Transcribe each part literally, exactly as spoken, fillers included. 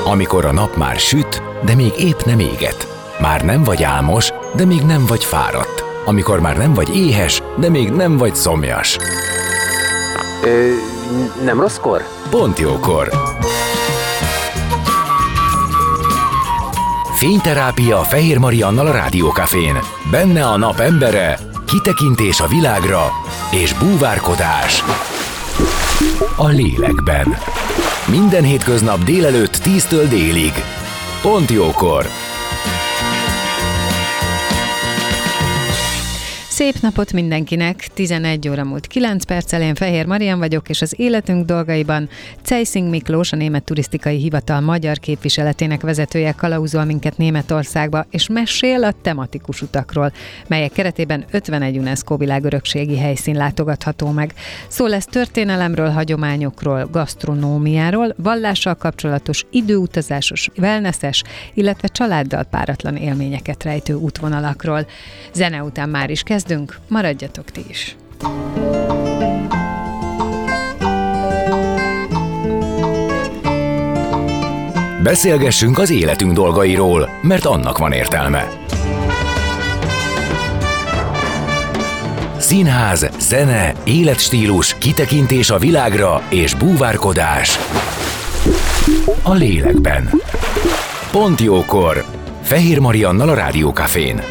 Amikor a nap már süt, de még épp nem éget. Már nem vagy álmos, de még nem vagy fáradt. Amikor már nem vagy éhes, de még nem vagy szomjas. Ö, nem rosszkor? Pont jókor. Fényterápia Fehér Mariannal a Rádiókafén. Benne a nap embere, kitekintés a világra és búvárkodás a lélekben. Minden hétköznap délelőtt tíztől délig. Pont jókor. Szép napot mindenkinek! tizenegy óra múlt kilenc perccel, én Fehér Marian vagyok, és az életünk dolgaiban Ceyszing Miklós, a Német Turisztikai Hivatal magyar képviseletének vezetője kalauzol minket Németországba, és mesél a tematikus utakról, melyek keretében ötvenegy UNESCO világörökségi helyszín látogatható meg. Szó lesz történelemről, hagyományokról, gasztronómiáról, vallással kapcsolatos időutazásos, wellnesses, illetve családdal páratlan élményeket rejtő útvonalakról. Zene után már is kezdünk, maradjatok ti is! Beszélgessünk az életünk dolgairól, mert annak van értelme. Színház, zene, életstílus, kitekintés a világra és búvárkodás a lélekben. Pont jókor. Fehér Mariannal a Rádiókafén.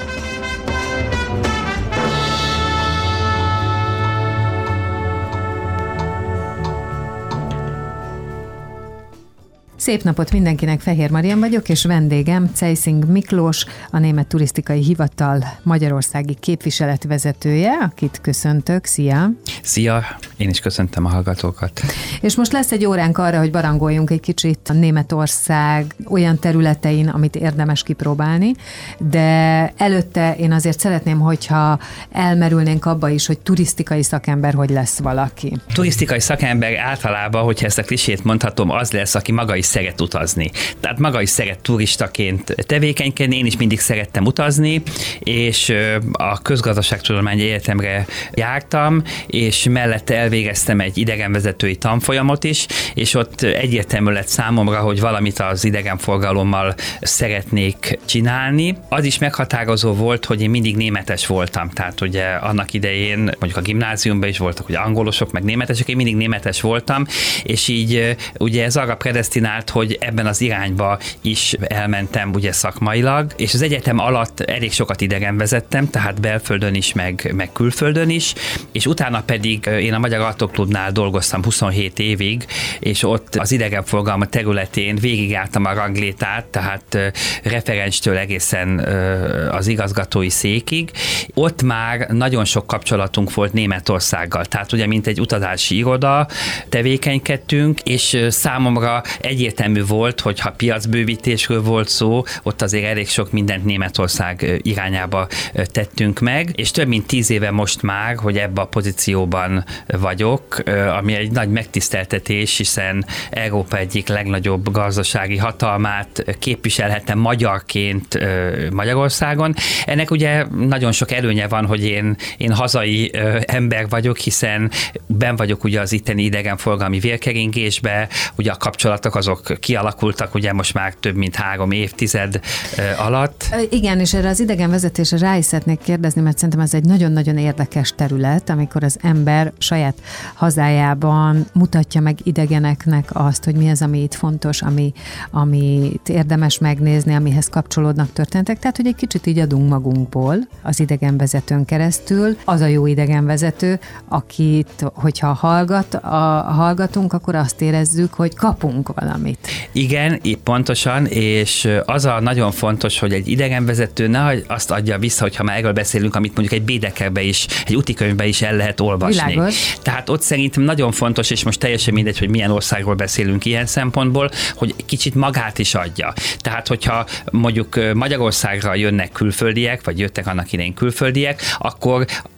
Szép napot mindenkinek, Fehér Marian vagyok, és vendégem Ceyszing Miklós, a Német Turisztikai Hivatal magyarországi képviseletvezetője, akit köszöntök. Szia! Szia! Én is köszöntöm a hallgatókat. És most lesz egy óránk arra, hogy barangoljunk egy kicsit a Németország olyan területein, amit érdemes kipróbálni, de előtte én azért szeretném, hogyha elmerülnénk abba is, hogy turisztikai szakember hogy lesz valaki. Turisztikai szakember általában, hogyha ezt a klisét mondhatom, az lesz, aki maga is szeret utazni. Tehát maga is szeret turistaként tevékenykedni, én is mindig szerettem utazni, és a Közgazdaságtudományi Egyetemre jártam, és mellette elvégeztem egy idegenvezetői tanfolyamot is, és ott egyértelmű lett számomra, hogy valamit az idegenforgalommal szeretnék csinálni. Az is meghatározó volt, hogy én mindig németes voltam, tehát ugye annak idején, mondjuk a gimnáziumban is voltak ugye angolosok, meg németesek, én mindig németes voltam, és így ugye ez arra predesztinált, hogy ebben az irányba is elmentem ugye szakmailag, és az egyetem alatt elég sokat idegenvezettem, tehát belföldön is, meg, meg külföldön is, és utána pedig én a Magyar Autóklubnál dolgoztam huszonhét évig, és ott az idegenforgalma területén végigjártam a ranglétát, tehát referenstől egészen az igazgatói székig. Ott már nagyon sok kapcsolatunk volt Németországgal, tehát ugye mint egy utazási iroda tevékenykedtünk, és számomra egyértelmű volt, hogy ha piacbővítésről volt szó, ott azért elég sok mindent Németország irányába tettünk meg, és több mint tíz éve most már, hogy ebben a pozícióban vagyok, ami egy nagy megtiszteltetés, hiszen Európa egyik legnagyobb gazdasági hatalmát képviselhettem magyarként Magyarországon. Ennek ugye nagyon sok előnye van, hogy én, én hazai ember vagyok, hiszen benn vagyok ugye az itteni idegenforgalmi vérkeringésbe, ugye a kapcsolatok azok kialakultak ugye most már több mint három évtized alatt. Igen, és erre az idegenvezetésre rá is szeretnék kérdezni, mert szerintem ez egy nagyon-nagyon érdekes terület, amikor az ember saját hazájában mutatja meg idegeneknek azt, hogy mi az, ami itt fontos, ami, amit érdemes megnézni, amihez kapcsolódnak történetek. Tehát, hogy egy kicsit így adunk magunkból az idegenvezetőn keresztül. Az a jó idegenvezető, akit, hogyha hallgat, a, hallgatunk, akkor azt érezzük, hogy kapunk valamit. Igen, épp pontosan, és az a nagyon fontos, hogy egy idegenvezető ne azt adja vissza, hogyha már erről beszélünk, amit mondjuk egy Bédekerbe is, egy útikönyvbe is el lehet olvasni. Világos. Tehát ott szerintem nagyon fontos, és most teljesen mindegy, hogy milyen országról beszélünk ilyen szempontból, hogy kicsit magát is adja. Tehát, hogyha mondjuk Magyarországra jönnek külföldiek, vagy jöttek annak idején külföldiek, akkor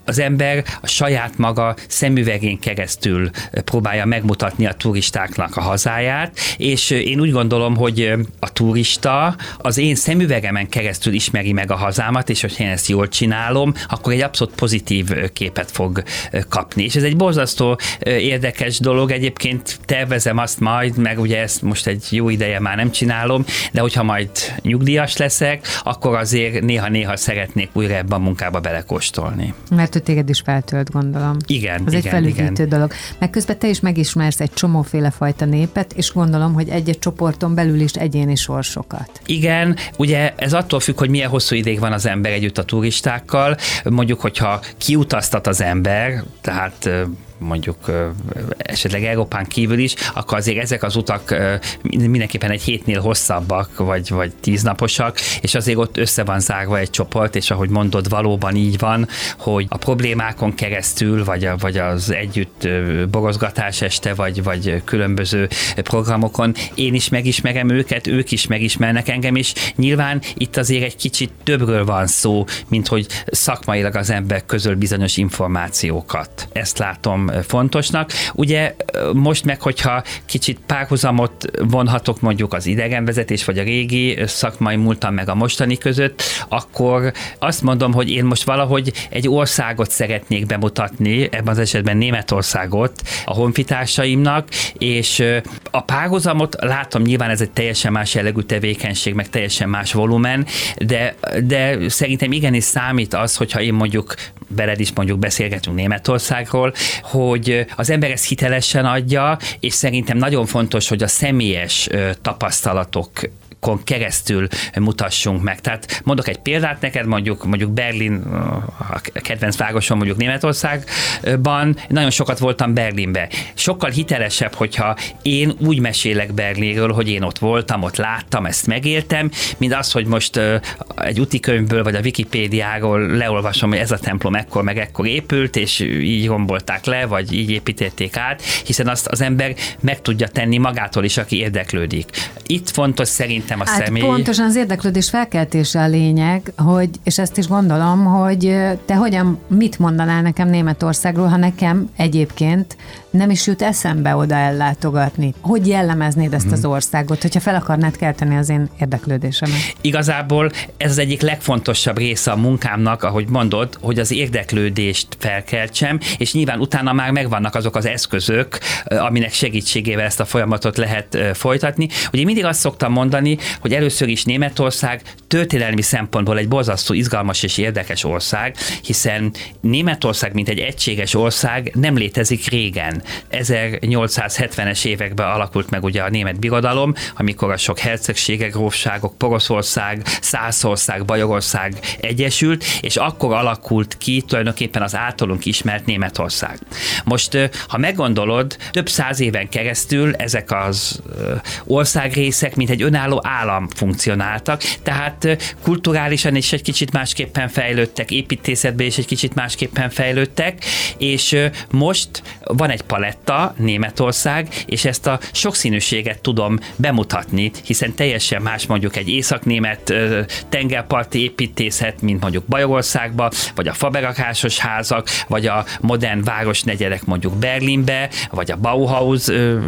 az ember a saját maga szemüvegén keresztül próbálja megmutatni a turistáknak a hazáját, és én úgy gondolom, hogy a turista az én szemüvegemen keresztül ismeri meg a hazámat, és hogyha én ezt jól csinálom, akkor egy abszolút pozitív képet fog kapni. És ez egy borzasztó érdekes dolog, egyébként tervezem azt majd, meg ugye ezt most egy jó ideje már nem csinálom, de hogyha majd nyugdíjas leszek, akkor azért néha-néha szeretnék újra ebben a munkába belekóstolni. Mert ő téged is feltölt, gondolom. Igen, Ez igen, egy felüdítő igen. dolog. Meg közben te is megismersz egy csomóféle fajta népet, és gondolom, hogy egy-egy csoporton belül is egyéni sorsokat. Igen, ugye ez attól függ, hogy milyen hosszú ideig van az ember együtt a turistákkal. Mondjuk, hogyha kiutaztat az ember, tehát mondjuk esetleg Európán kívül is, akkor azért ezek az utak mindenképpen egy hétnél hosszabbak, vagy, vagy tíznaposak, és azért ott össze van zárva egy csoport, és ahogy mondod, valóban így van, hogy a problémákon keresztül, vagy, a, vagy az együtt borozgatás este, vagy, vagy különböző programokon én is megismerem őket, ők is megismernek engem, és nyilván itt azért egy kicsit többről van szó, mint hogy szakmailag az ember közöl bizonyos információkat. Ezt látom fontosnak. Ugye most meg, hogyha kicsit párhuzamot vonhatok mondjuk az idegenvezetés, vagy a régi szakmai múltam meg a mostani között, akkor azt mondom, hogy én most valahogy egy országot szeretnék bemutatni, ebben az esetben Németországot a honfitársaimnak, és a párhuzamot látom, nyilván ez egy teljesen más jellegű tevékenység, meg teljesen más volumen, de, de szerintem igenis számít az, hogyha én mondjuk veled is mondjuk beszélgetünk Németországról, hogy az ember ezt hitelesen adja, és szerintem nagyon fontos, hogy a személyes tapasztalatok keresztül mutassunk meg. Tehát mondok egy példát neked, mondjuk, mondjuk Berlin, a kedvenc városom mondjuk Németországban, nagyon sokat voltam Berlinbe. Sokkal hitelesebb, hogyha én úgy mesélek Berlinről, hogy én ott voltam, ott láttam, ezt megéltem, mint az, hogy most egy útikönyvből vagy a Wikipédiáról leolvasom, hogy ez a templom ekkor meg ekkor épült, és így rombolták le, vagy így építették át, hiszen azt az ember meg tudja tenni magától is, aki érdeklődik. Itt fontos szerintem a hát személy. Pontosan az érdeklődés felkeltése a lényeg, hogy, és ezt is gondolom, hogy te hogyan, mit mondanál nekem Németországról, ha nekem egyébként nem is jut eszembe oda ellátogatni. Hogy jellemeznéd ezt az országot, hogyha fel akarnád kelteni az én érdeklődésemet? Igazából ez az egyik legfontosabb része a munkámnak, ahogy mondod, hogy az érdeklődést felkeltsem, és nyilván utána már megvannak azok az eszközök, aminek segítségével ezt a folyamatot lehet folytatni. Ugye mindig azt szoktam mondani, hogy először is Németország történelmi szempontból egy borzasztó izgalmas és érdekes ország, hiszen Németország, mint egy egységes ország nem létezik régen. ezernyolcszázhetvenes években alakult meg ugye a német birodalom, amikor a sok hercegségek, grófságok, Poroszország, Szászország, Bajorország egyesült, és akkor alakult ki tulajdonképpen az általunk ismert Németország. Most, ha meggondolod, több száz éven keresztül ezek az országrészek, mint egy önálló állam funkcionáltak, tehát kulturálisan is egy kicsit másképpen fejlődtek, építészetben is egy kicsit másképpen fejlődtek, és most van egy paletta, Németország, és ezt a sokszínűséget tudom bemutatni, hiszen teljesen más mondjuk egy északnémet tengerparti építészet, mint mondjuk Bajorországban, vagy a faberakásos házak, vagy a modern városnegyedek mondjuk Berlinbe, vagy a Bauhaus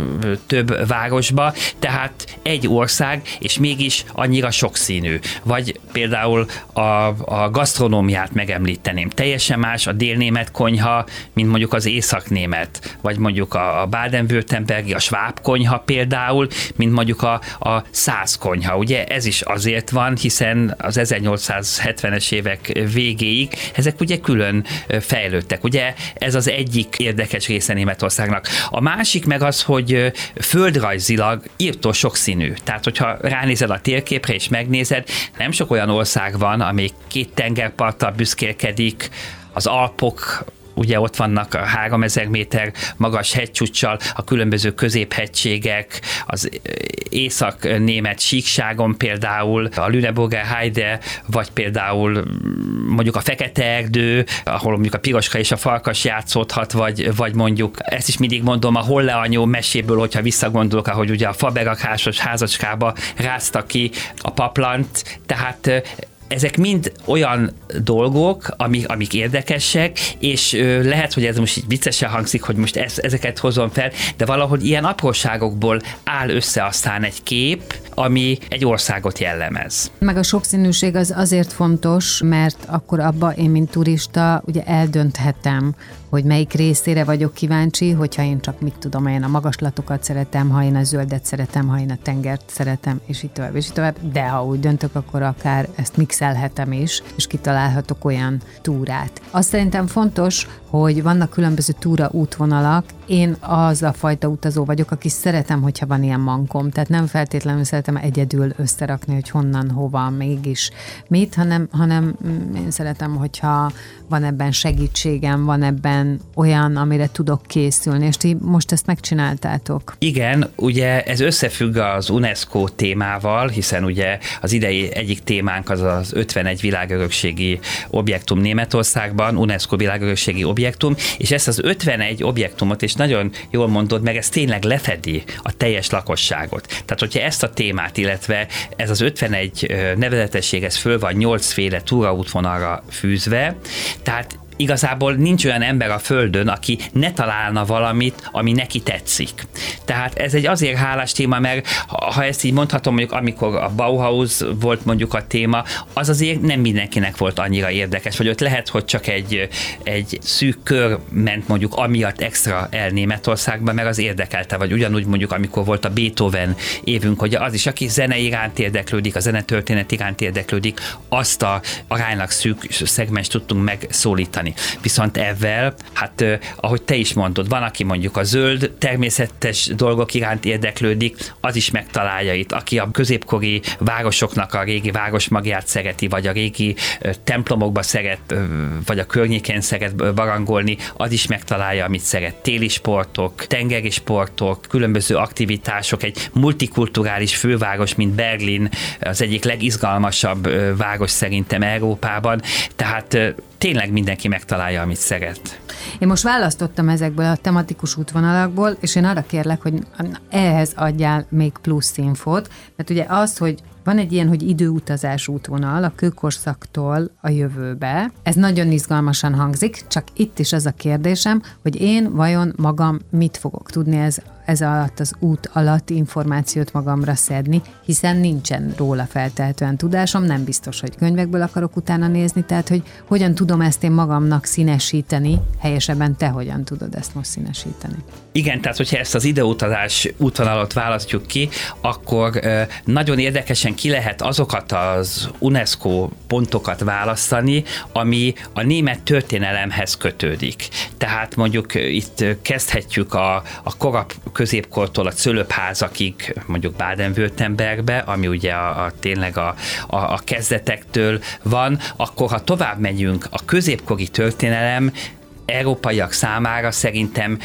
több városba, tehát egy ország, és mégis annyira sokszínű. Vagy például a, a gasztronómiát megemlíteném. Teljesen más a délnémet konyha, mint mondjuk az északnémet, vagy mondjuk a, a Baden-Württembergi, a sváb konyha például, mint mondjuk a, a szász konyha. Ugye ez is azért van, hiszen az ezernyolcszázhetvenes évek végéig ezek ugye külön fejlődtek. Ugye ez az egyik érdekes része Németországnak. A másik meg az, hogy földrajzilag írtó sokszínű. Tehát, hogyha ránézel a térképre és megnézed, nem sok olyan ország van, amely két tengerparttal büszkélkedik, az Alpok, ugye ott vannak a háromezer méter magas hegycsúccsal, a különböző középhegységek, az észak-német síkságon például, a Lüneburger Heide, vagy például mondjuk a Fekete Erdő, ahol mondjuk a piroska és a farkas játszódhat, vagy, vagy mondjuk, ezt is mindig mondom, a Holle anyó meséből, hogyha visszagondolok, ahogy ugye a faberakásos házacskába rázta ki a paplant, tehát ezek mind olyan dolgok, amik, amik érdekesek, és lehet, hogy ez most így viccesen hangzik, hogy most ez, ezeket hozom fel, de valahogy ilyen apróságokból áll össze aztán egy kép, ami egy országot jellemez. Meg a sokszínűség az azért fontos, mert akkor abba én, mint turista, ugye eldönthetem, hogy melyik részére vagyok kíváncsi, hogyha én csak mit tudom, én a magaslatokat szeretem, ha én a zöldet szeretem, ha én a tengert szeretem, és így tovább, és így tovább. De ha úgy döntök, akkor akár ezt mixelhetem is, és kitalálhatok olyan túrát. Azt szerintem fontos, hogy vannak különböző túra útvonalak. Én az a fajta utazó vagyok, aki szeretem, hogyha van ilyen mankom. Tehát nem feltétlenül szeretem egyedül összerakni, hogy honnan, hova, mégis mit, hanem, hanem én szeretem, hogyha van ebben segítségem, van ebben olyan, amire tudok készülni, és ti most ezt megcsináltátok. Igen, ugye ez összefügg az UNESCO témával, hiszen ugye az idei egyik témánk az az ötvenegy világörökségi objektum Németországban, UNESCO világörökségi objektum, és ezt az ötvenegy objektumot, és nagyon jól mondod meg, ez tényleg lefedi a teljes lakosságot. Tehát, hogyha ezt a témát, illetve ez az ötvenegy nevezetesség, ez föl van nyolcféle túraútvonalra fűzve, tehát igazából nincs olyan ember a Földön, aki ne találna valamit, ami neki tetszik. Tehát ez egy azért hálás téma, mert ha ezt így mondhatom, mondjuk amikor a Bauhaus volt mondjuk a téma, az azért nem mindenkinek volt annyira érdekes, vagy ott lehet, hogy csak egy, egy szűk kör ment mondjuk amiatt extra el Németországba, mert az érdekelte, vagy ugyanúgy mondjuk amikor volt a Beethoven évünk, hogy az is, aki zene iránt érdeklődik, a zenetörténet iránt érdeklődik, azt a aránylag szűk szegmens tudtunk megszólítani. Viszont ezzel, hát ahogy te is mondod, van, aki mondjuk a zöld, természetes dolgok iránt érdeklődik, az is megtalálja itt. Aki a középkori városoknak a régi városmagját szereti, vagy a régi templomokba szeret, vagy a környéken szeret barangolni, az is megtalálja, amit szeret. Téli sportok, tengeri sportok, különböző aktivitások, egy multikulturális főváros, mint Berlin, az egyik legizgalmasabb város szerintem Európában, tehát tényleg mindenki megtalálja, amit szeret. Én most választottam ezekből a tematikus útvonalakból, és én arra kérlek, hogy ehhez adjál még plusz infót, mert ugye az, hogy van egy ilyen, hogy időutazás útvonal a kőkorszaktól a jövőbe. Ez nagyon izgalmasan hangzik, csak itt is az a kérdésem, hogy én vajon magam mit fogok tudni ez, ez alatt az út alatt információt magamra szedni, hiszen nincsen róla feltehetően tudásom, nem biztos, hogy könyvekből akarok utána nézni, tehát hogy hogyan tudom ezt én magamnak színesíteni, helyesebben te hogyan tudod ezt most színesíteni. Igen, tehát hogyha ezt az időutazás útvonalat választjuk ki, akkor nagyon érdekesen ki lehet azokat az UNESCO pontokat választani, ami a német történelemhez kötődik. Tehát mondjuk itt kezdhetjük a, a korab középkortól a Cölöpházakig, mondjuk Baden-Württembergbe, ami ugye a, a, tényleg a, a, a kezdetektől van, akkor ha tovább megyünk, a középkori történelem európaiak számára szerintem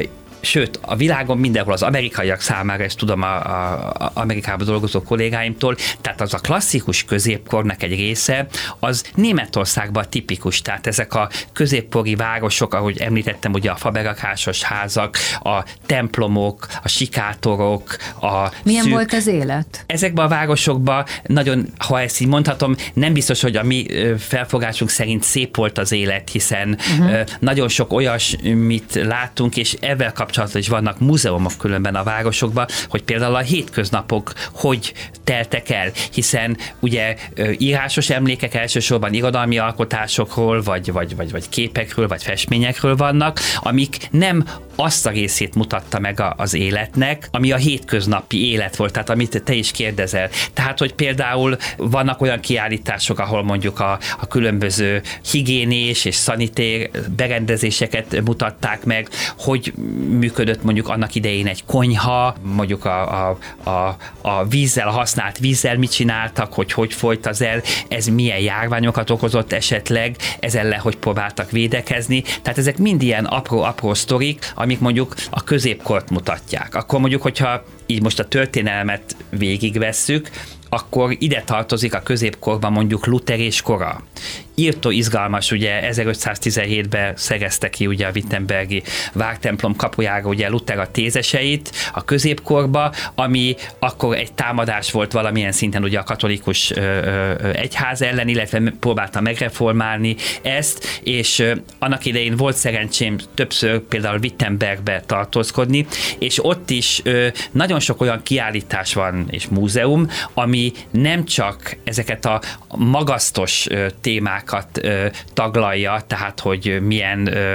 sőt, a világon mindenhol, az amerikaiak számára, ezt tudom a, a, a Amerikában dolgozó kollégáimtól, tehát az a klasszikus középkornak egy része, az Németországban tipikus, tehát ezek a középkori városok, ahogy említettem, ugye a faberakásos házak, a templomok, a sikátorok, a Milyen szűk... volt az élet? Ezekben a városokban nagyon, ha ezt így mondhatom, nem biztos, hogy a mi felfogásunk szerint szép volt az élet, hiszen uh-huh. nagyon sok olyasmit láttunk, és ezzel kapcsolatban is vannak múzeumok különben a városokban, hogy például a hétköznapok hogy teltek el, hiszen ugye írásos emlékek elsősorban irodalmi alkotásokról, vagy, vagy, vagy, vagy képekről, vagy festményekről vannak, amik nem azt a részét mutatta meg a, az életnek, ami a hétköznapi élet volt, tehát amit te is kérdezel. Tehát, hogy például vannak olyan kiállítások, ahol mondjuk a, a különböző higiénés és szanitér berendezéseket mutatták meg, hogy működött mondjuk annak idején egy konyha, mondjuk a, a, a, a vízzel, a használt vízzel mit csináltak, hogy hogy folyt az el, ez milyen járványokat okozott esetleg, ez ellen hogy próbáltak védekezni. Tehát ezek mind ilyen apró-apró sztorik, amik mondjuk a középkort mutatják. Akkor mondjuk, hogyha így most a történelmet végigvesszük, akkor ide tartozik a középkorban mondjuk Luther és kora. Írtó izgalmas, ugye ezerötszáztizenhétben szegezte ki ugye a wittenbergi vártemplom kapujára ugye Luther a tézeseit a középkorba, ami akkor egy támadás volt valamilyen szinten ugye a katolikus ö, ö, egyház ellen, illetve próbálta megreformálni ezt, és ö, annak idején volt szerencsém többször például Wittenbergbe tartózkodni, és ott is ö, nagyon sok olyan kiállítás van és múzeum, ami nem csak ezeket a magasztos ö, témákat ö, taglalja, tehát hogy milyen ö,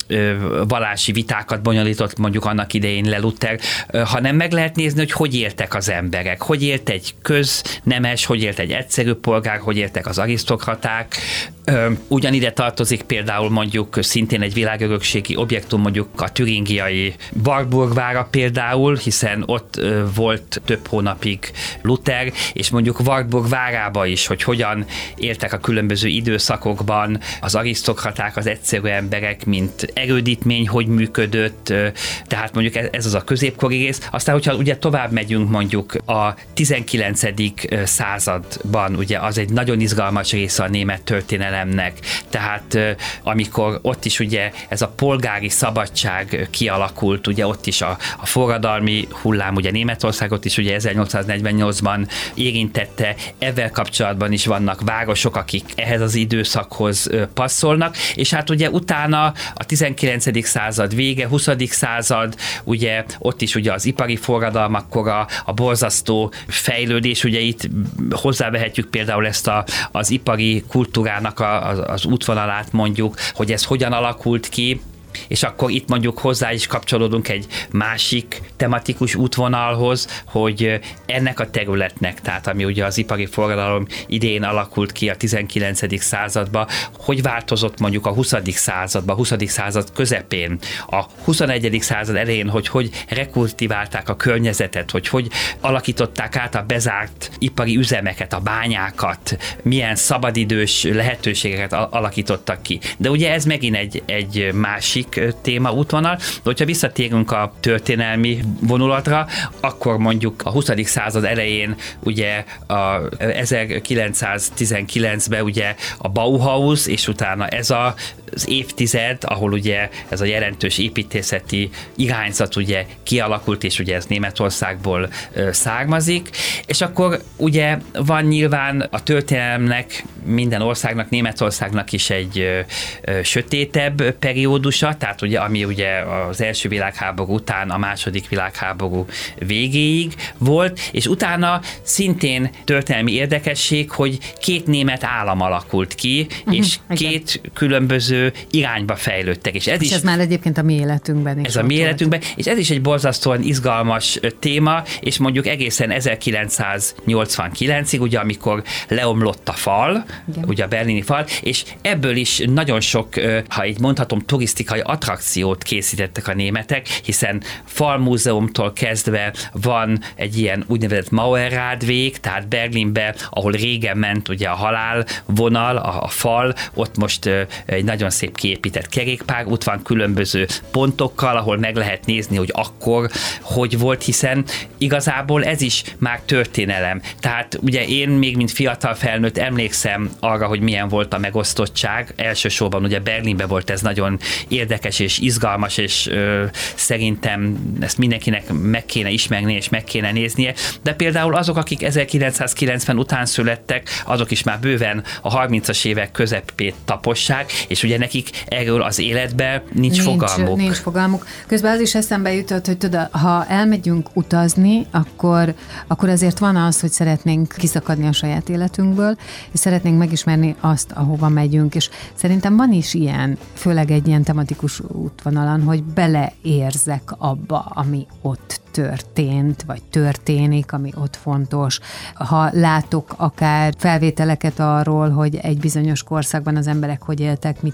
vallási vitákat bonyolított mondjuk annak idején le Luther, hanem meg lehet nézni, hogy hogy éltek az emberek, hogy élt egy köznemes, hogy élt egy egyszerű polgár, hogy éltek az arisztokraták. Ugyanide tartozik például mondjuk szintén egy világörökségi objektum, mondjuk a türingiai Wartburg vára például, hiszen ott volt több hónapig Luther, és mondjuk Wartburg várába is, hogy hogyan éltek a különböző időszakokban az arisztokraták, az egyszerű emberek, mint erődítmény, hogy működött, tehát mondjuk ez az a középkori rész. Aztán, hogyha ugye tovább megyünk mondjuk a tizenkilencedik században, ugye az egy nagyon izgalmas része a német történelemnek, tehát amikor ott is ugye ez a polgári szabadság kialakult, ugye ott is a, a forradalmi hullám, ugye Németországot is ugye ezernyolcszáznegyvennyolcban érintette, ezzel kapcsolatban is vannak városok, akik ehhez az időszakhoz passzolnak, és hát ugye utána a tizenkilencedik század vége, huszadik század, ugye ott is ugye az ipari forradalmak kora, a borzasztó fejlődés, ugye itt hozzávehetjük például ezt a, az ipari kultúrának a, az, az útvonalát mondjuk, hogy ez hogyan alakult ki, és akkor itt mondjuk hozzá is kapcsolódunk egy másik tematikus útvonalhoz, hogy ennek a területnek, tehát ami ugye az ipari forradalom idején alakult ki a tizenkilencedik században, hogy változott mondjuk a huszadik században, a huszadik század közepén, a huszonegyedik század elején, hogy hogy rekultiválták a környezetet, hogy hogy alakították át a bezárt ipari üzemeket, a bányákat, milyen szabadidős lehetőségeket alakítottak ki. De ugye ez megint egy, egy másik téma útvonal, de hogyha visszatérünk a történelmi vonulatra, akkor mondjuk a huszadik század elején ugye a ezerkilencszáztizenkilencben ugye a Bauhaus, és utána ez a az évtized, ahol ugye ez a jelentős építészeti irányzat ugye kialakult, és ugye ez Németországból ö, származik, és akkor ugye van nyilván a történelemnek, minden országnak, Németországnak is egy ö, ö, sötétebb periódusa, tehát ugye ami ugye az első világháború után a második világháború végéig volt, és utána szintén történelmi érdekesség, hogy két német állam alakult ki, uh-huh, és igen. két különböző irányba fejlődtek. És ez, és is, ez már egyébként a mi életünkben is. Ez a mi életünkben, és ez is egy borzasztóan izgalmas téma, és mondjuk egészen ezerkilencszáznyolcvankilencig, ugye amikor leomlott a fal, igen. ugye a berlini fal, és ebből is nagyon sok, ha így mondhatom, turisztikai attrakciót készítettek a németek, hiszen falmúzeumtól kezdve van egy ilyen úgynevezett Mauerradweg, tehát Berlinbe, ahol régen ment ugye a halálvonal, a, a fal, ott most egy nagyon szép kiépített kerékpárút van különböző pontokkal, ahol meg lehet nézni, hogy akkor hogy volt, hiszen igazából ez is már történelem. Tehát ugye én még mint fiatal felnőtt emlékszem arra, hogy milyen volt a megosztottság. Elsősorban ugye Berlinben volt ez nagyon érdekes és izgalmas, és ö, szerintem ezt mindenkinek meg kéne ismerni és meg kéne néznie. De például azok, akik ezerkilencszázkilencven után születtek, azok is már bőven a harmincas évek közepét tapossák, és ugye nekik erről az életben nincs, nincs fogalmuk. Nincs fogalmuk. Közben az is eszembe jutott, hogy tudod, ha elmegyünk utazni, akkor, akkor azért van az, hogy szeretnénk kiszakadni a saját életünkből, és szeretnénk megismerni azt, ahova megyünk, és szerintem van is ilyen, főleg egy ilyen tematikus útvonalon, hogy beleérzek abba, ami ott történt, vagy történik, ami ott fontos. Ha látok akár felvételeket arról, hogy egy bizonyos korszakban az emberek hogy éltek, mit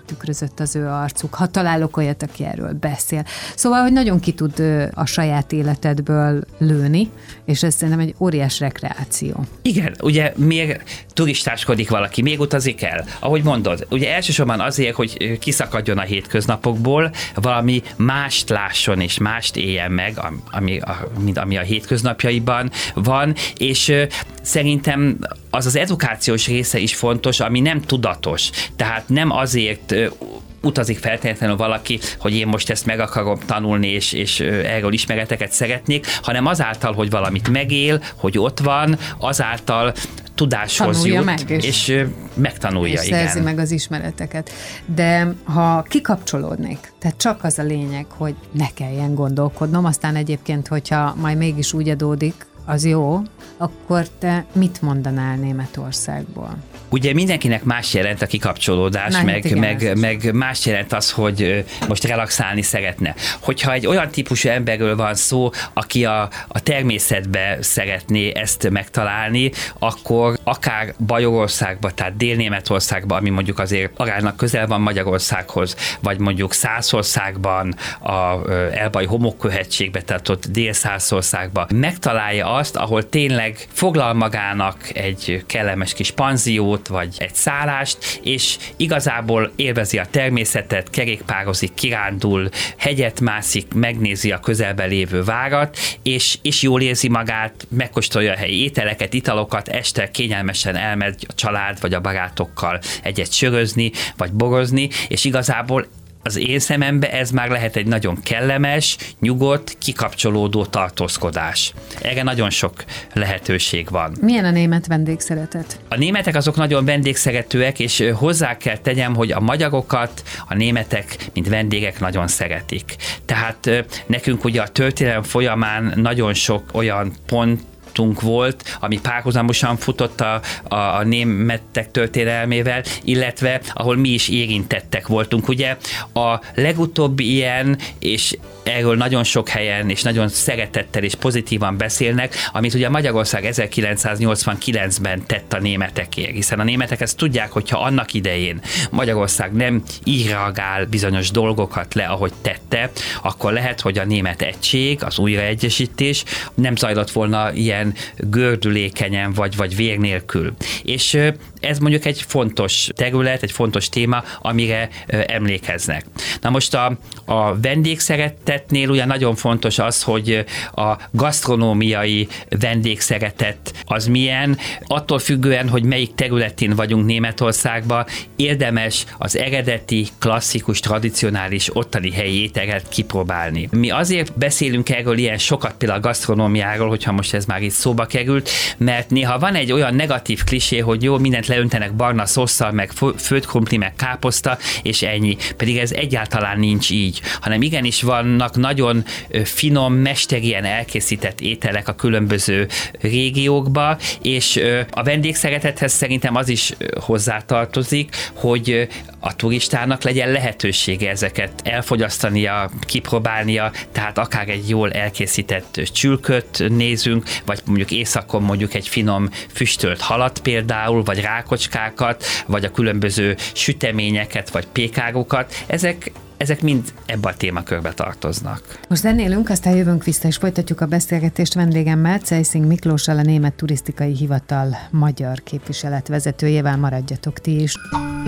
tükrözött az ő arcuk, ha találok olyat, aki erről beszél. Szóval, hogy nagyon ki tud a saját életedből lőni, és ez szerintem egy óriás rekreáció. Igen, ugye miért turistáskodik valaki, még utazik el? Ahogy mondod, ugye elsősorban azért, hogy kiszakadjon a hétköznapokból, valami mást lásson és mást éljen meg, ami a, mint ami a hétköznapjaiban van, és szerintem az az edukációs része is fontos, ami nem tudatos. Tehát nem azért utazik feltétlenül valaki, hogy én most ezt meg akarom tanulni, és, és erről ismereteket szeretnék, hanem azáltal, hogy valamit megél, hogy ott van, azáltal tudáshoz tanulja jut, meg, és, és megtanulja, és igen. szerzi meg az ismereteket. De ha kikapcsolódnék, tehát csak az a lényeg, hogy ne kelljen gondolkodnom, aztán egyébként, hogyha majd mégis úgy adódik, az jó, akkor te mit mondanál Németországból? Ugye mindenkinek más jelent a kikapcsolódás, Na, meg, igen, meg, meg más jelent az, hogy most relaxálni szeretne. Hogyha egy olyan típusú emberről van szó, aki a, a természetbe szeretné ezt megtalálni, akkor akár Bajorországba, tehát Dél-Németországba, ami mondjuk azért aránylag közel van Magyarországhoz, vagy mondjuk Szászországban, a Elbai homokköhegységbe, tehát ott Dél-Szászországba megtalálja azt, ahol tényleg foglal magának egy kellemes kis panziót, vagy egy szállást, és igazából élvezi a természetet, kerékpározik, kirándul, hegyet mászik, megnézi a közelben lévő várat, és, és jól érzi magát, megkóstolja a helyi ételeket, italokat, este kényelmesen elmegy a család vagy a barátokkal egyet sörözni, vagy borozni, és igazából az én szemembe ez már lehet egy nagyon kellemes, nyugodt, kikapcsolódó tartózkodás. Erre nagyon sok lehetőség van. Milyen a német vendégszeretet? A németek azok nagyon vendégszeretőek, és hozzá kell tegyem, hogy a magyarokat a németek, mint vendégek nagyon szeretik. Tehát nekünk ugye a történelem folyamán nagyon sok olyan pont volt, ami párhuzamosan futott a, a, a németek történelmével, illetve ahol mi is érintettek voltunk. Ugye a legutóbbi ilyen, és erről nagyon sok helyen, és nagyon szeretettel és pozitívan beszélnek, amit ugye Magyarország ezerkilencszáznyolcvankilencben tett a németekért, hiszen a németek ezt tudják, hogyha annak idején Magyarország nem így reagál bizonyos dolgokat le, ahogy tette, akkor lehet, hogy a német egység, az újraegyesítés nem zajlott volna ilyen gördülékenyen vagy, vagy vér nélkül. És ez mondjuk egy fontos terület, egy fontos téma, amire emlékeznek. Na most a, a vendégszeretetnél ugye nagyon fontos az, hogy a gasztronómiai vendégszeretet az milyen, attól függően, hogy melyik területén vagyunk Németországban, érdemes az eredeti, klasszikus, tradicionális ottani helyi ételt kipróbálni. Mi azért beszélünk erről ilyen sokat például a gasztronómiáról, hogyha most ez már itt szóba került, mert néha van egy olyan negatív klisé, hogy jó, mindent leöntenek barna szósszal, meg főtt krumpli, meg káposzta, és ennyi. Pedig ez egyáltalán nincs így, hanem igenis vannak nagyon finom, mesterien elkészített ételek a különböző régiókba, és a vendégszeretethez szerintem az is hozzátartozik, hogy a turistának legyen lehetősége ezeket elfogyasztania, kipróbálnia, tehát akár egy jól elkészített csülköt nézünk, vagy mondjuk északon mondjuk egy finom füstölt halat például, vagy rákocskákat, vagy a különböző süteményeket, vagy pékágokat. Ezek Ezek mind ebbe a témakörbe tartoznak. Most zenélünk, aztán jövünk vissza, és folytatjuk a beszélgetést vendégemmel, Ceissing Miklóssal, a Német Turisztikai Hivatal magyar képviselet vezetőjével. Maradjatok ti is.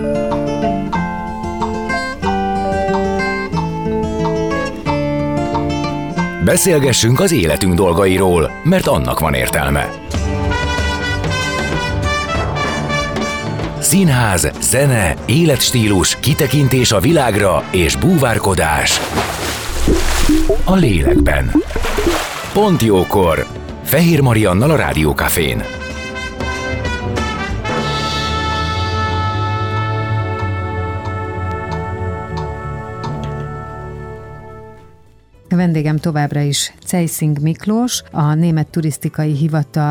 Beszélgessünk az életünk dolgairól, mert annak van értelme. Színház, zene, életstílus, kitekintés a világra és búvárkodás a lélekben. Pont jókor! Fehér Mariannal a Rádió Cafén. A vendégem továbbra is Ceissing Miklós, a Német Turisztikai Hivatal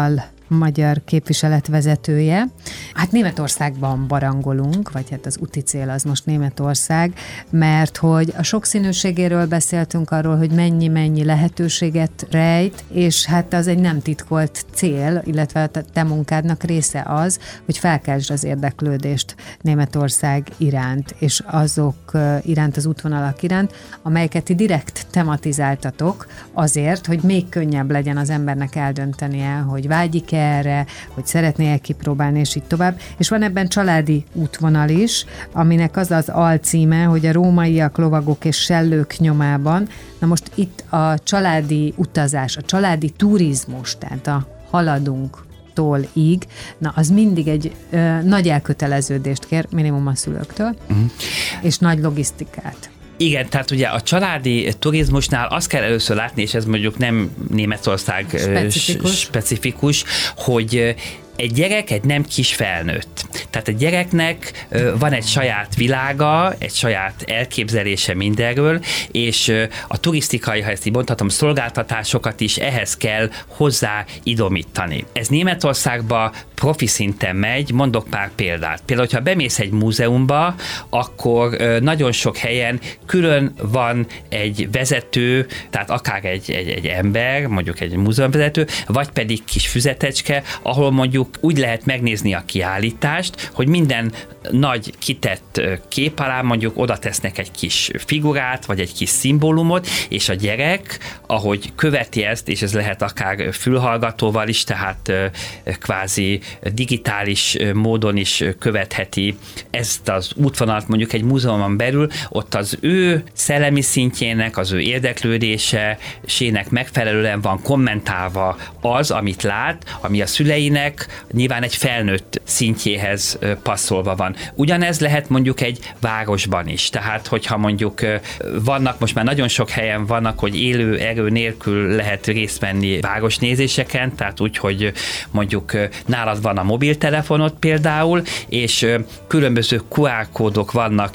magyar képviselet vezetője. Hát Németországban barangolunk, vagy hát az úti cél az most Németország, mert hogy a sokszínűségéről beszéltünk, arról, hogy mennyi-mennyi lehetőséget rejt, és hát az egy nem titkolt cél, illetve a te munkádnak része az, hogy felkeltsd az érdeklődést Németország iránt, és azok iránt, az útvonalak iránt, amelyeket ti direkt tematizáltatok azért, hogy még könnyebb legyen az embernek eldöntenie, hogy vágyik erre, hogy szeretné-e kipróbálni, és így tovább. És van ebben családi útvonal is, aminek az az alcíme, hogy a rómaiak, lovagok és sellők nyomában. Na most itt a családi utazás, a családi turizmus, tehát a haladunk tól ig, na az mindig egy ö, nagy elköteleződést kér, minimum a szülőktől, uh-huh. és nagy logisztikát. Igen, tehát ugye a családi turizmusnál azt kell először látni, és ez mondjuk nem Németország specifikus, specifikus hogy egy gyerek egy nem kis felnőtt. Tehát egy gyereknek van egy saját világa, egy saját elképzelése mindenről, és a turisztikai, ha ezt így mondhatom, szolgáltatásokat is ehhez kell hozzá idomítani. Ez Németországban profi szinten megy, mondok pár példát. Például, ha bemész egy múzeumba, akkor nagyon sok helyen külön van egy vezető, tehát akár egy, egy, egy ember, mondjuk egy múzeumvezető, vagy pedig kis füzetecske, ahol mondjuk úgy lehet megnézni a kiállítást, hogy minden nagy kitett kép alá mondjuk oda tesznek egy kis figurát, vagy egy kis szimbólumot, és a gyerek, ahogy követi ezt, és ez lehet akár fülhallgatóval is, tehát kvázi digitális módon is követheti ezt az útvonalat mondjuk egy múzeumon belül, ott az ő szellemi szintjének, az ő érdeklődésének megfelelően van kommentálva az, amit lát, ami a szüleinek nyilván egy felnőtt szintjéhez passzolva van. Ugyanez lehet mondjuk egy városban is. Tehát, hogyha mondjuk vannak, most már nagyon sok helyen vannak, hogy élő erő nélkül lehet részt venni városnézéseken, tehát úgy, hogy mondjuk nálad van a mobiltelefonod például, és különböző kú er kódok vannak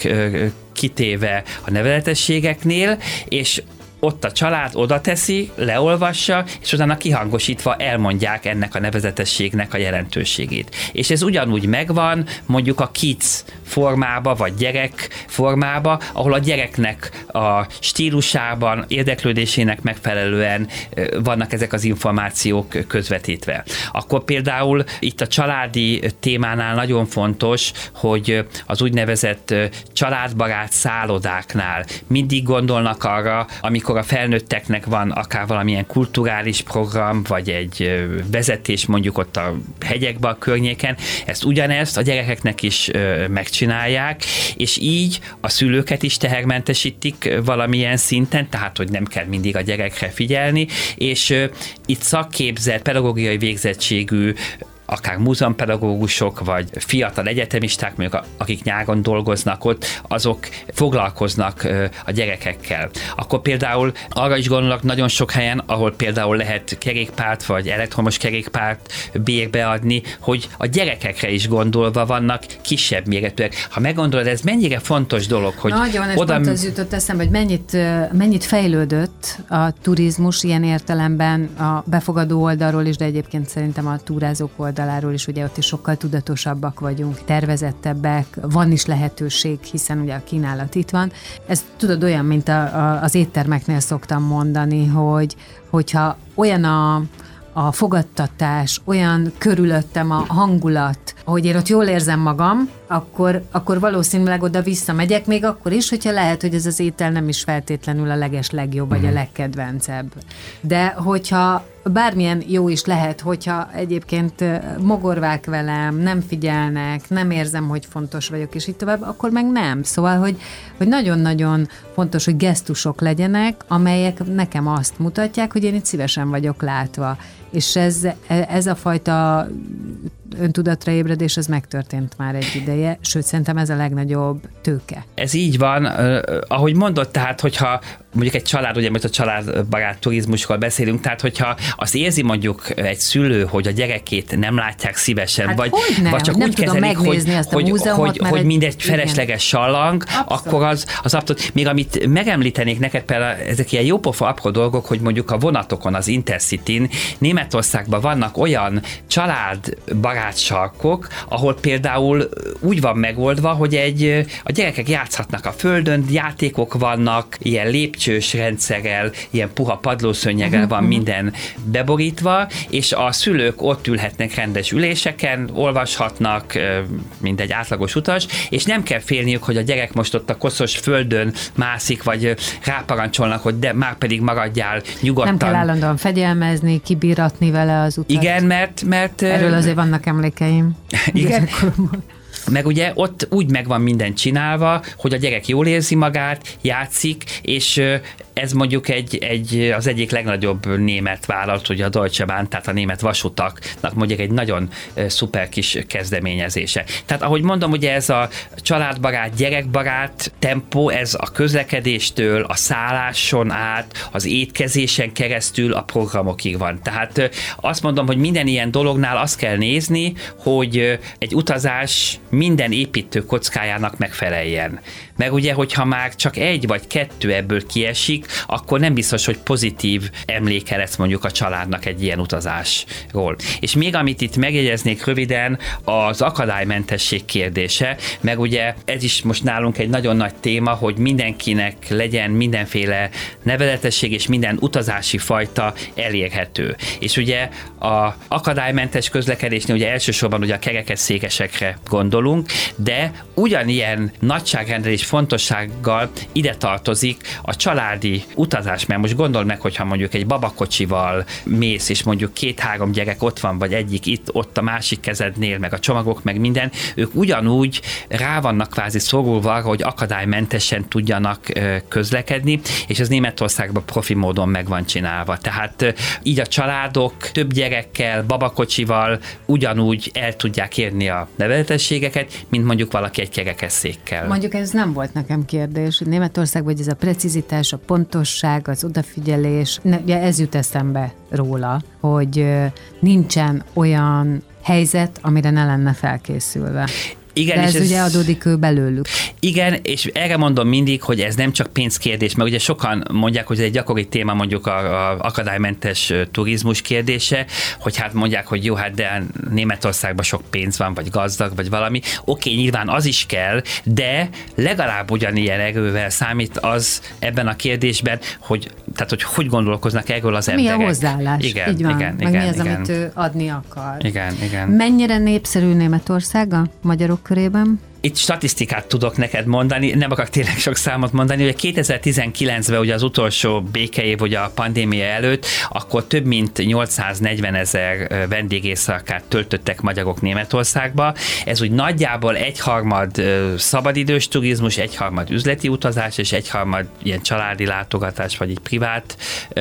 kitéve a nevezetességeknél, és ott a család oda teszi, leolvassa, és utána kihangosítva elmondják ennek a nevezetességnek a jelentőségét. És ez ugyanúgy megvan mondjuk a kids formába, vagy gyerek formába, ahol a gyereknek a stílusában, érdeklődésének megfelelően vannak ezek az információk közvetítve. Akkor például itt a családi témánál nagyon fontos, hogy az úgynevezett családbarát szállodáknál mindig gondolnak arra, amikor a felnőtteknek van akár valamilyen kulturális program, vagy egy vezetés mondjuk ott a hegyekben, a környéken, ezt ugyanezt a gyerekeknek is megcsinálják, és így a szülőket is tehermentesítik valamilyen szinten, tehát hogy nem kell mindig a gyerekre figyelni, és itt szakképzett, pedagógiai végzettségű akár múzeumpedagógusok, vagy fiatal egyetemisták, mondjuk akik nyáron dolgoznak ott, azok foglalkoznak a gyerekekkel. Akkor például arra is gondolok nagyon sok helyen, ahol például lehet kerékpárt, vagy elektromos kerékpárt bérbe adni, hogy a gyerekekre is gondolva vannak kisebb méretűek. Ha meggondolod, ez mennyire fontos dolog, hogy nagyon, ez oda... pont az jutott eszembe, hogy mennyit, mennyit fejlődött a turizmus ilyen értelemben a befogadó oldalról is, de egyébként szerintem a túrázók oldalról oldaláról is, ugye ott is sokkal tudatosabbak vagyunk, tervezettebbek, van is lehetőség, hiszen ugye a kínálat itt van. Ez tudod olyan, mint a, a, az éttermeknél szoktam mondani, hogy hogyha olyan a, a fogadtatás, olyan körülöttem a hangulat, hogy én ott jól érzem magam, akkor, akkor valószínűleg oda visszamegyek, még akkor is, hogyha lehet, hogy ez az étel nem is feltétlenül a leges legjobb, vagy a legkedvencebb. De hogyha bármilyen jó is lehet, hogyha egyébként mogorvák velem, nem figyelnek, nem érzem, hogy fontos vagyok, és így tovább, akkor meg nem. Szóval, hogy, hogy nagyon-nagyon fontos, hogy gesztusok legyenek, amelyek nekem azt mutatják, hogy én itt szívesen vagyok látva. És ez, ez a fajta öntudatra ébredés, ez megtörtént már egy ideje, sőt, szerintem ez a legnagyobb tőke. Ez így van, ahogy mondott, tehát, hogyha mondjuk egy család, ugye most a családbarát turizmusról beszélünk, tehát hogyha azt érzi mondjuk egy szülő, hogy a gyerekét nem látják szívesen, hát vagy, nem, vagy csak nem úgy tudom kezelik, hogy, azt a hogy, múzeumot, hogy, hogy egy, mindegy felesleges sallang, abszolút. Akkor az, az abszolút, még amit megemlítenék neked például, ezek ilyen jópofa apró dolgok, hogy mondjuk a vonatokon, az Intercityn Németországban vannak olyan családbarát sarkok, ahol például úgy van megoldva, hogy egy, a gyerekek játszhatnak a földön, játékok vannak, ilyen lépcsős rendszerrel, ilyen puha padlószőnyeggel van minden beborítva, és a szülők ott ülhetnek rendes üléseken, olvashatnak, mint egy átlagos utas, és nem kell félniük, hogy a gyerek most ott a koszos földön mászik, vagy ráparancsolnak, hogy de már pedig maradjál nyugodtan. Nem kell állandóan fegyelmezni, kibíratni vele az utat. Igen, mert... mert erről azért vannak emlékeim. Igen. Meg ugye ott úgy megvan minden csinálva, hogy a gyerek jól érzi magát, játszik, és ez mondjuk egy, egy, az egyik legnagyobb német vállalat, ugye a Deutsche Bahn, tehát a német vasutaknak mondjuk egy nagyon szuper kis kezdeményezése. Tehát ahogy mondom, ugye ez a családbarát, gyerekbarát tempó, ez a közlekedéstől, a szálláson át, az étkezésen keresztül a programokig van. Tehát azt mondom, hogy minden ilyen dolognál azt kell nézni, hogy egy utazás minden építő kockájának megfeleljen. Meg ugye, hogyha már csak egy vagy kettő ebből kiesik, akkor nem biztos, hogy pozitív emléke lesz mondjuk a családnak egy ilyen utazásról. És még amit itt megjegyeznék röviden, az akadálymentesség kérdése, meg ugye ez is most nálunk egy nagyon nagy téma, hogy mindenkinek legyen mindenféle nevezetesség és minden utazási fajta elérhető. És ugye a akadálymentes közlekedésnél ugye elsősorban ugye a kerekesszékesekre gondolunk, de ugyanilyen nagyságrendel és fontossággal ide tartozik a családi utazás, mert most gondold meg, hogyha mondjuk egy babakocsival mész, és mondjuk két-három gyerek ott van, vagy egyik itt, ott a másik kezednél, meg a csomagok, meg minden, ők ugyanúgy rá vannak kvázi szorulva arra, hogy akadálymentesen tudjanak közlekedni, és ez Németországban profi módon meg van csinálva. Tehát így a családok több gyerekkel, babakocsival ugyanúgy el tudják érni a nevezetességeket, mint mondjuk valaki egy kerekesszékkel. Mondjuk ez nem volt nekem kérdés. Németországban, hogy ez a precizitás, a pontosság, az odafigyelés, ne, ugye ez jut eszembe róla, hogy nincsen olyan helyzet, amire ne lenne felkészülve. Igen, de ez, és ez ugye adódik ő belőlük. Igen, és erre mondom mindig, hogy ez nem csak pénzkérdés, mert ugye sokan mondják, hogy ez egy gyakori téma mondjuk a, a akadálymentes turizmus kérdése, hogy hát mondják, hogy jó, hát de Németországban sok pénz van, vagy gazdag, vagy valami. Oké, nyilván az is kell, de legalább ugyanilyen erővel számít az ebben a kérdésben, hogy tehát, hogy hogy gondolkoznak erről az emberek. Mi a hozzáállás? Igen, így van. igen, meg igen, mi az, igen. amit ő adni akar. Igen, igen. Mennyire népszerű Németország a magyarok körében? Itt statisztikát tudok neked mondani, nem akarok tényleg sok számot mondani, hogy kétezer-tizenkilencben ugye az utolsó békeév, ugye a pandémia előtt, akkor több mint nyolcszáznegyven ezer vendégészakát töltöttek magyarok Németországba. Ez úgy nagyjából egyharmad szabadidős turizmus, egyharmad üzleti utazás, és egyharmad ilyen családi látogatás, vagy egy privát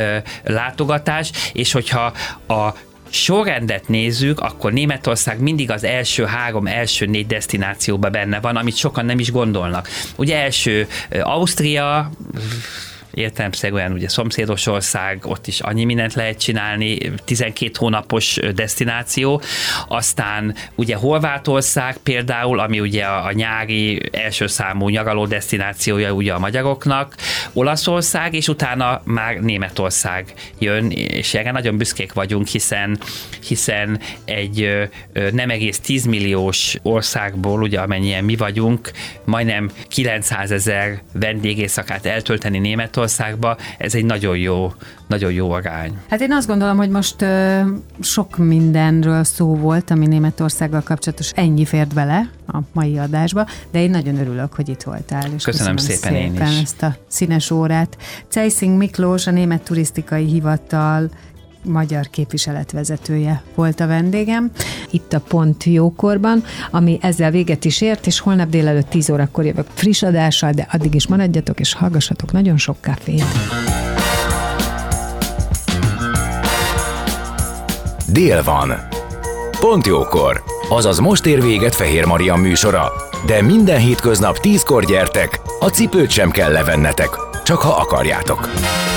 látogatás, és hogyha a sorrendet nézzük, akkor Németország mindig az első három, első négy desztinációban benne van, amit sokan nem is gondolnak. Ugye első Ausztria, értelemszerűen ugye szomszédos ország, ott is annyi mindent lehet csinálni, tizenkét hónapos desztináció, aztán ugye Horvátország például, ami ugye a, a nyári első számú nyaraló desztinációja ugye a magyaroknak, Olaszország, és utána már Németország jön, és erre nagyon büszkék vagyunk, hiszen, hiszen egy nem egész tíz milliós országból, ugye amennyien mi vagyunk, majdnem kilencszázezer vendégészakát eltölteni Németországba, ez egy nagyon jó, nagyon jó arány. Hát én azt gondolom, hogy most ö, sok mindenről szó volt, ami Németországgal kapcsolatos, ennyi fért bele a mai adásba, de én nagyon örülök, hogy itt voltál. És köszönöm, köszönöm szépen, szépen én is. Ezt a színes órát. Cejszing Miklós, a Német Turisztikai Hivatal magyar képviseletvezetője volt a vendégem. Itt a Pont Jókorban, ami ezzel véget is ért, és holnap délelőtt tíz órakor jövök friss adással, de addig is maradjatok és hallgassatok nagyon sok kávét. Dél van. Pont Jókor. Azaz most ér véget Fehér Marian műsora. De minden hétköznap tízkor gyertek, a cipőt sem kell levennetek. csak ha akarjátok.